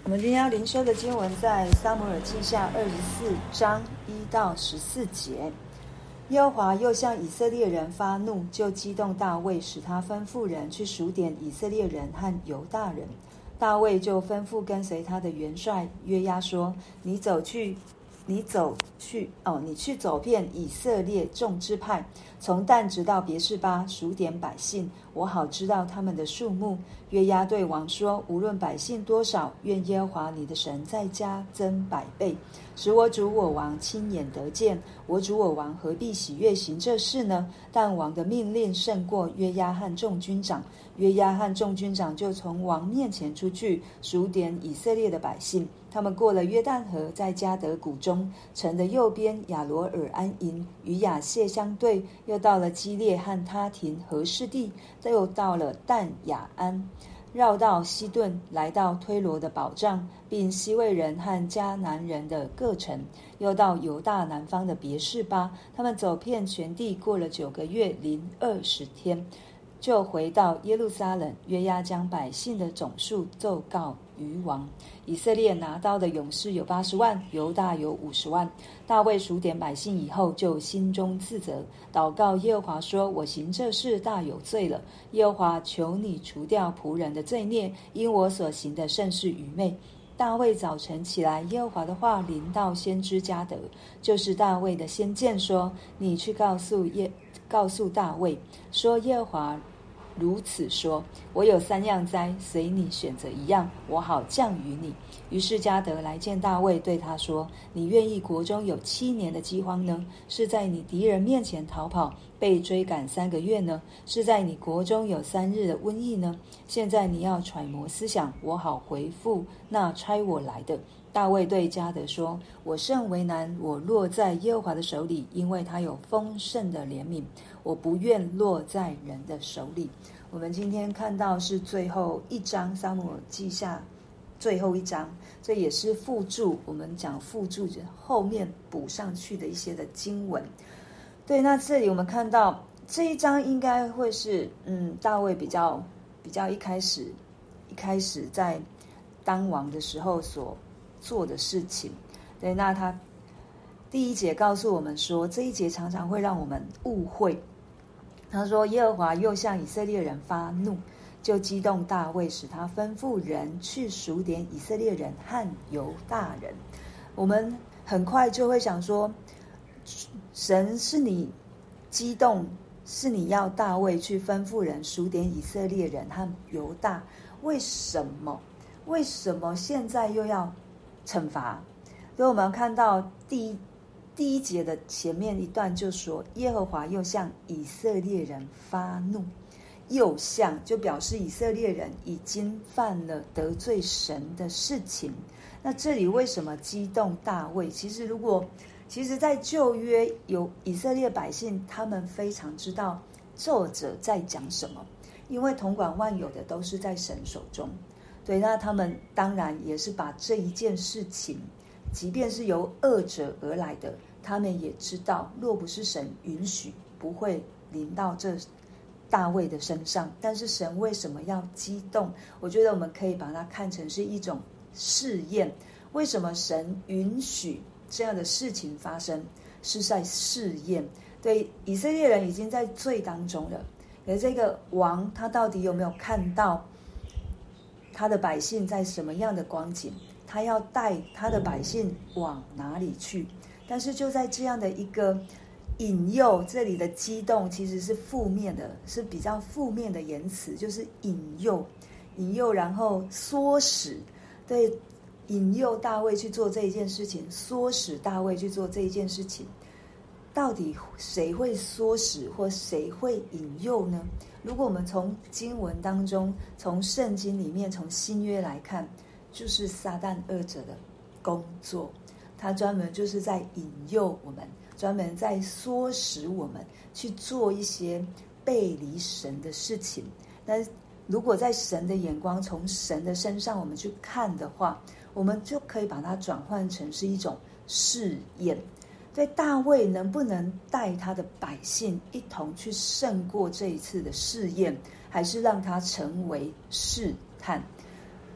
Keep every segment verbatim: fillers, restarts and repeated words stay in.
我们今天要灵修的经文在撒母耳记下二十四章一到十四节。耶和华又向以色列人发怒，就激动大卫，使他吩咐人去数点以色列人和犹大人。大卫就吩咐跟随他的元帅约押说：你走去你走去哦，你去走遍以色列众支派，从但直到别是巴，数点百姓，我好知道他们的数目。约押对王说：无论百姓多少，愿耶和华你的神再加增百倍，使我主我王亲眼得见。我主我王何必喜悦行这事呢？但王的命令胜过约押和众军长。约押和众军长就从王面前出去，数点以色列的百姓。他们过了约旦河，在迦得谷中城的右边亚罗尔安营，与亚谢相对，又到了基列和他廷和士地，又到了但雅安，绕到西顿，来到推罗的保障，并西魏人和迦南人的各城，又到犹大南方的别是巴。他们走遍全地，过了九个月零二十天，就回到耶路撒冷。约押将百姓的总数奏告于王。以色列拿刀的勇士有八十万，犹大有五十万。大卫数点百姓以后，就心中自责，祷告耶和华说：我行这事大有罪了。耶和华，求你除掉仆人的罪孽，因我所行的甚是愚昧。大卫早晨起来，耶和华的话临到先知迦得，就是大卫的先见，说：你去告诉耶告诉大卫说，耶和华如此说：我有三样灾，随你选择一样，我好降于你。于是迦得来见大卫，对他说：你愿意国中有七年的饥荒呢？是在你敌人面前逃跑，被追赶三个月呢？是在你国中有三日的瘟疫呢？现在你要揣摩思想，我好回复那差我来的。大卫对迦得说：我甚为难，我落在耶和华的手里，因为他有丰盛的怜悯，我不愿落在人的手里。我们今天看到是最后一章，撒母耳记下最后一章，这也是附注，我们讲附注后面补上去的一些的经文。对，那这里我们看到这一章应该会是嗯大卫比较比较一开始一开始在当王的时候所做的事情。对，那他第一节告诉我们说，这一节常常会让我们误会。他说：耶和华又向以色列人发怒，就激动大卫，使他吩咐人去数点以色列人和犹大人。我们很快就会想说，神是你激动，是你要大卫去吩咐人数点以色列人和犹大，为什么？为什么现在又要惩罚？所以我们看到第一第一节的前面一段就说，耶和华又向以色列人发怒，又向就表示以色列人已经犯了得罪神的事情。那这里为什么激动大卫？其实如果其实在旧约有以色列百姓，他们非常知道作者在讲什么，因为统管万有的都是在神手中。对，那他们当然也是把这一件事情，即便是由恶者而来的，他们也知道，若不是神允许，不会临到这大卫的身上。但是神为什么要激动？我觉得我们可以把它看成是一种试验。为什么神允许这样的事情发生？是在试验。对，以色列人已经在罪当中了，可是这个王他到底有没有看到他的百姓在什么样的光景？他要带他的百姓往哪里去？但是就在这样的一个引诱，这里的激动其实是负面的，是比较负面的言辞，就是引诱，引诱然后唆使，对，引诱大卫去做这一件事情，唆使大卫去做这一件事情。到底谁会唆使或谁会引诱呢？如果我们从经文当中，从圣经里面，从新约来看，就是撒旦恶者的工作，他专门就是在引诱我们，专门在唆使我们去做一些背离神的事情。那如果在神的眼光，从神的身上我们去看的话，我们就可以把它转换成是一种试验。所以大卫能不能带他的百姓一同去胜过这一次的试验，还是让他成为试探？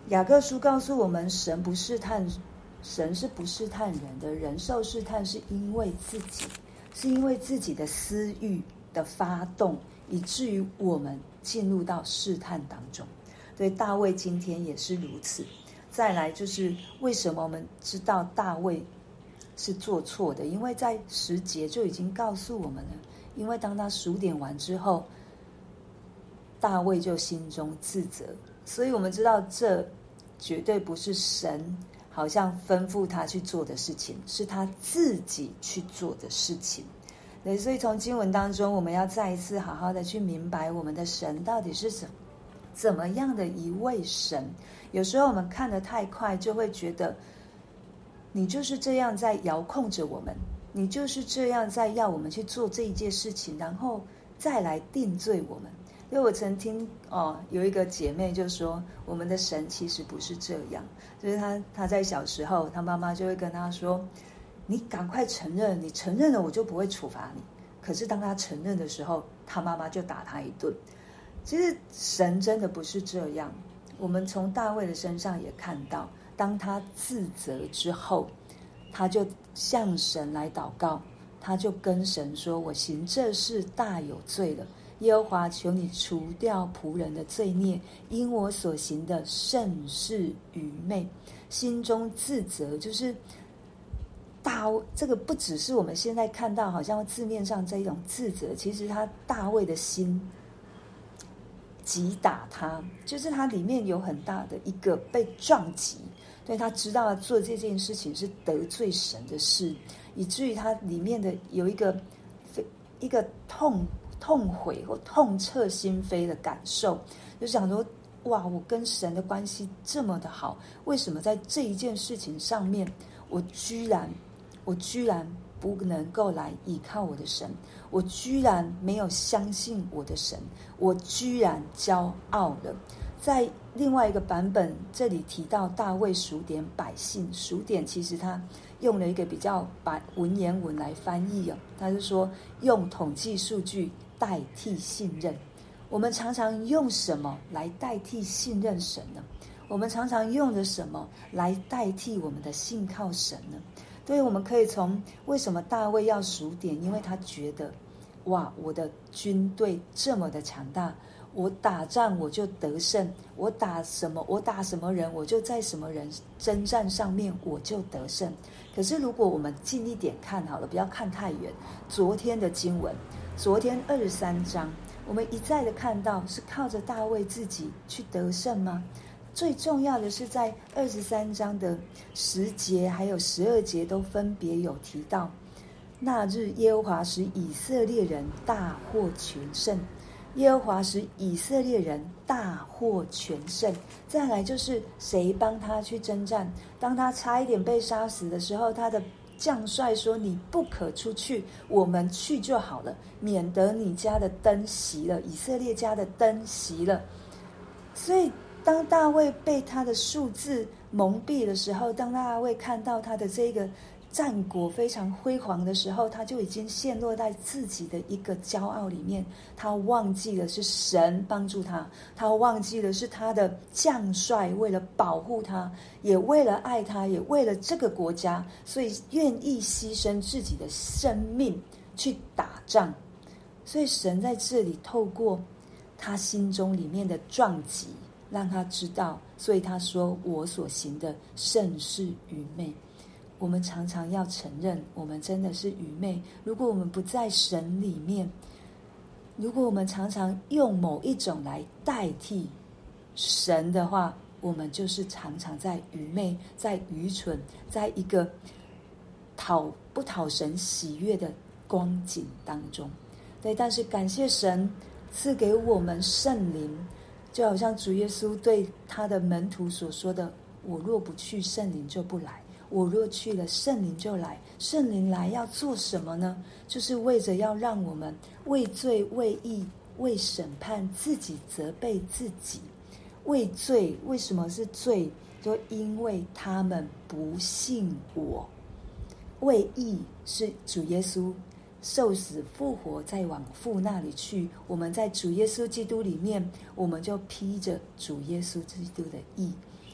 雅各书告诉我们，神不试探，神是不试探人的，人受试探是因为自己，是因为自己的私欲的发动，以至于我们进入到试探当中。对，大卫今天也是如此。再来就是为什么我们知道大卫是做错的，因为在十节就已经告诉我们了，因为当他数点完之后，大卫就心中自责，所以我们知道这绝对不是神好像吩咐他去做的事情，是他自己去做的事情。对，所以从经文当中，我们要再一次好好的去明白我们的神到底是怎怎么样的一位神。有时候我们看得太快，就会觉得你就是这样在遥控着我们，你就是这样在要我们去做这一件事情，然后再来定罪我们。因为我曾听哦，有一个姐妹就说，我们的神其实不是这样，就是她她在小时候，她妈妈就会跟她说，你赶快承认，你承认了我就不会处罚你。可是当她承认的时候，她妈妈就打她一顿。其实神真的不是这样，我们从大卫的身上也看到，当他自责之后，他就向神来祷告，他就跟神说，我行这事大有罪了，耶和华求你除掉仆人的罪孽，因我所行的甚是愚昧。心中自责，就是大这个不只是我们现在看到好像字面上这一种自责，其实他大卫的心击打他，就是他里面有很大的一个被撞击，对，他知道做这件事情是得罪神的事，以至于他里面的有一个一个痛痛悔或痛彻心扉的感受，就想说，哇，我跟神的关系这么的好，为什么在这一件事情上面，我居然我居然不能够来依靠我的神，我居然没有相信我的神，我居然骄傲了。在另外一个版本，这里提到大卫数点百姓，数点其实他用了一个比较把文言文来翻译哦，他是说用统计数据代替信任。我们常常用什么来代替信任神呢？我们常常用的什么来代替我们的信靠神呢？对，我们可以从为什么大卫要数点，因为他觉得，哇，我的军队这么的强大，我打仗我就得胜，我打什么我打什么人，我就在什么人征战上面我就得胜。可是如果我们近一点看好了，不要看太远，昨天的经文，昨天二十三章，我们一再的看到是靠着大卫自己去得胜吗？最重要的是在二十三章的十节还有十二节都分别有提到，那日耶和华使以色列人大获全胜，耶和华使以色列人大获全胜。再来就是谁帮他去征战，当他差一点被杀死的时候，他的将帅说，你不可出去，我们去就好了，免得你家的灯熄了，以色列家的灯熄了。所以当大卫被他的数字蒙蔽的时候，当大卫看到他的这个战果非常辉煌的时候，他就已经陷落在自己的一个骄傲里面，他忘记了是神帮助他，他忘记了是他的将帅为了保护他，也为了爱他，也为了这个国家，所以愿意牺牲自己的生命去打仗。所以神在这里透过他心中里面的撞击，让他知道，所以他说，我所行的甚是愚昧。我们常常要承认，我们真的是愚昧。如果我们不在神里面，如果我们常常用某一种来代替神的话，我们就是常常在愚昧，在愚蠢，在一个讨不讨神喜悦的光景当中。对，但是感谢神赐给我们圣灵，就好像主耶稣对他的门徒所说的，我若不去，圣灵就不来，我若去了，圣灵就来。圣灵来要做什么呢？就是为着要让我们为罪为义为审判自己责备自己。为罪，为什么是罪？就因为他们不信我。为义是主耶稣受死复活，再往父那里去。我们在主耶稣基督里面，我们就披着主耶稣基督的义。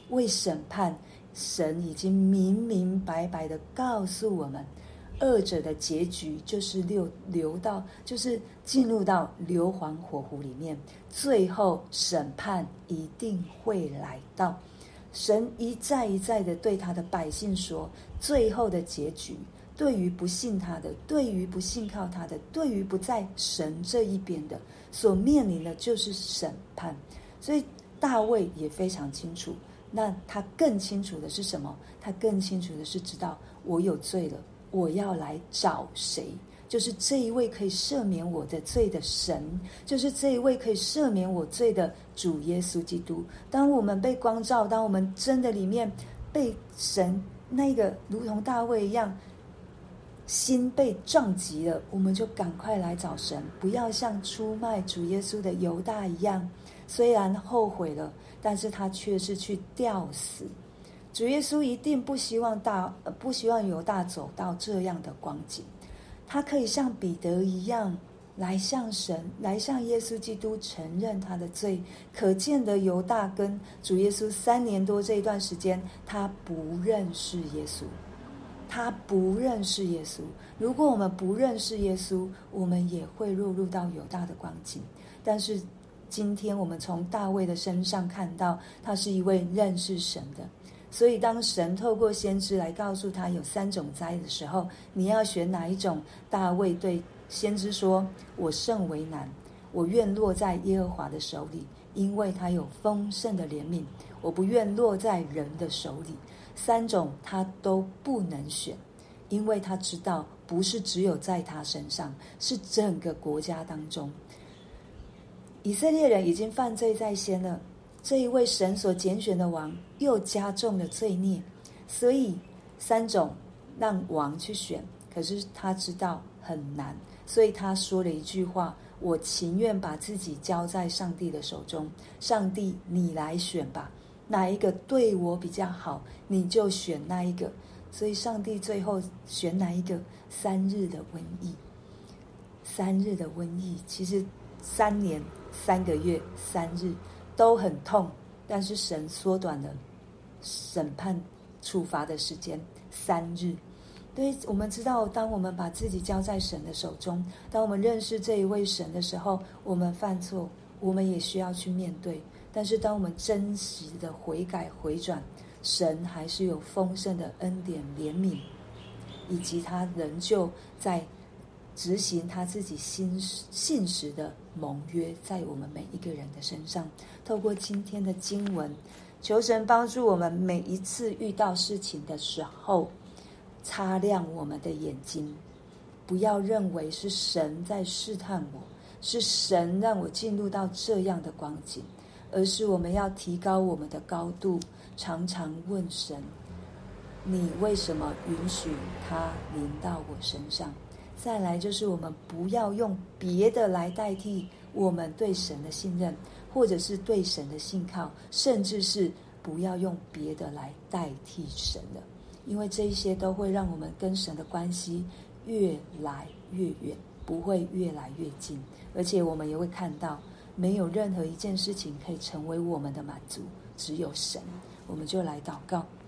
为审判，神已经明明白白的告诉我们，恶者的结局就是流流到，就是进入到硫磺火湖里面，最后审判一定会来到。神一再一再的对他的百姓说，最后的结局，对于不信他的，对于不信靠他的，对于不在神这一边的，所面临的就是审判。所以大卫也非常清楚，那他更清楚的是什么？他更清楚的是知道，我有罪了，我要来找谁？就是这一位可以赦免我的罪的神，就是这一位可以赦免我罪的主耶稣基督。当我们被光照，当我们真的里面被神那个如同大卫一样心被撞击了，我们就赶快来找神，不要像出卖主耶稣的犹大一样，虽然后悔了，但是他却是去吊死。主耶稣一定不希望大不希望犹大走到这样的光景，他可以像彼得一样来向神，来向耶稣基督承认他的罪。可见的犹大跟主耶稣三年多这一段时间，他不认识耶稣，他不认识耶稣。如果我们不认识耶稣，我们也会落入到犹大的光景。但是今天我们从大卫的身上看到，他是一位认识神的。所以当神透过先知来告诉他有三种灾的时候，你要选哪一种？大卫对先知说，我甚为难，我愿落在耶和华的手里，因为他有丰盛的怜悯，我不愿落在人的手里。三种他都不能选，因为他知道不是只有在他身上，是整个国家当中，以色列人已经犯罪在先了，这一位神所拣选的王又加重了罪孽，所以三种让王去选，可是他知道很难，所以他说了一句话，我情愿把自己交在上帝的手中，上帝你来选吧，哪一个对我比较好，你就选那一个。所以上帝最后选哪一个？三日的瘟疫。三日的瘟疫，其实三年三个月三日都很痛，但是神缩短了审判处罚的时间，三日。对，我们知道，当我们把自己交在神的手中，当我们认识这一位神的时候，我们犯错，我们也需要去面对。但是当我们真实的悔改回转，神还是有丰盛的恩典怜悯，以及他仍旧在执行他自己信信实的盟约在我们每一个人的身上。透过今天的经文，求神帮助我们每一次遇到事情的时候，擦亮我们的眼睛，不要认为是神在试探我，是神让我进入到这样的光景，而是我们要提高我们的高度，常常问神，你为什么允许它临到我身上？再来就是我们不要用别的来代替我们对神的信任，或者是对神的信靠，甚至是不要用别的来代替神了，因为这一些都会让我们跟神的关系越来越远，不会越来越近。而且我们也会看到，没有任何一件事情可以成为我们的满足，只有神。我们就来祷告。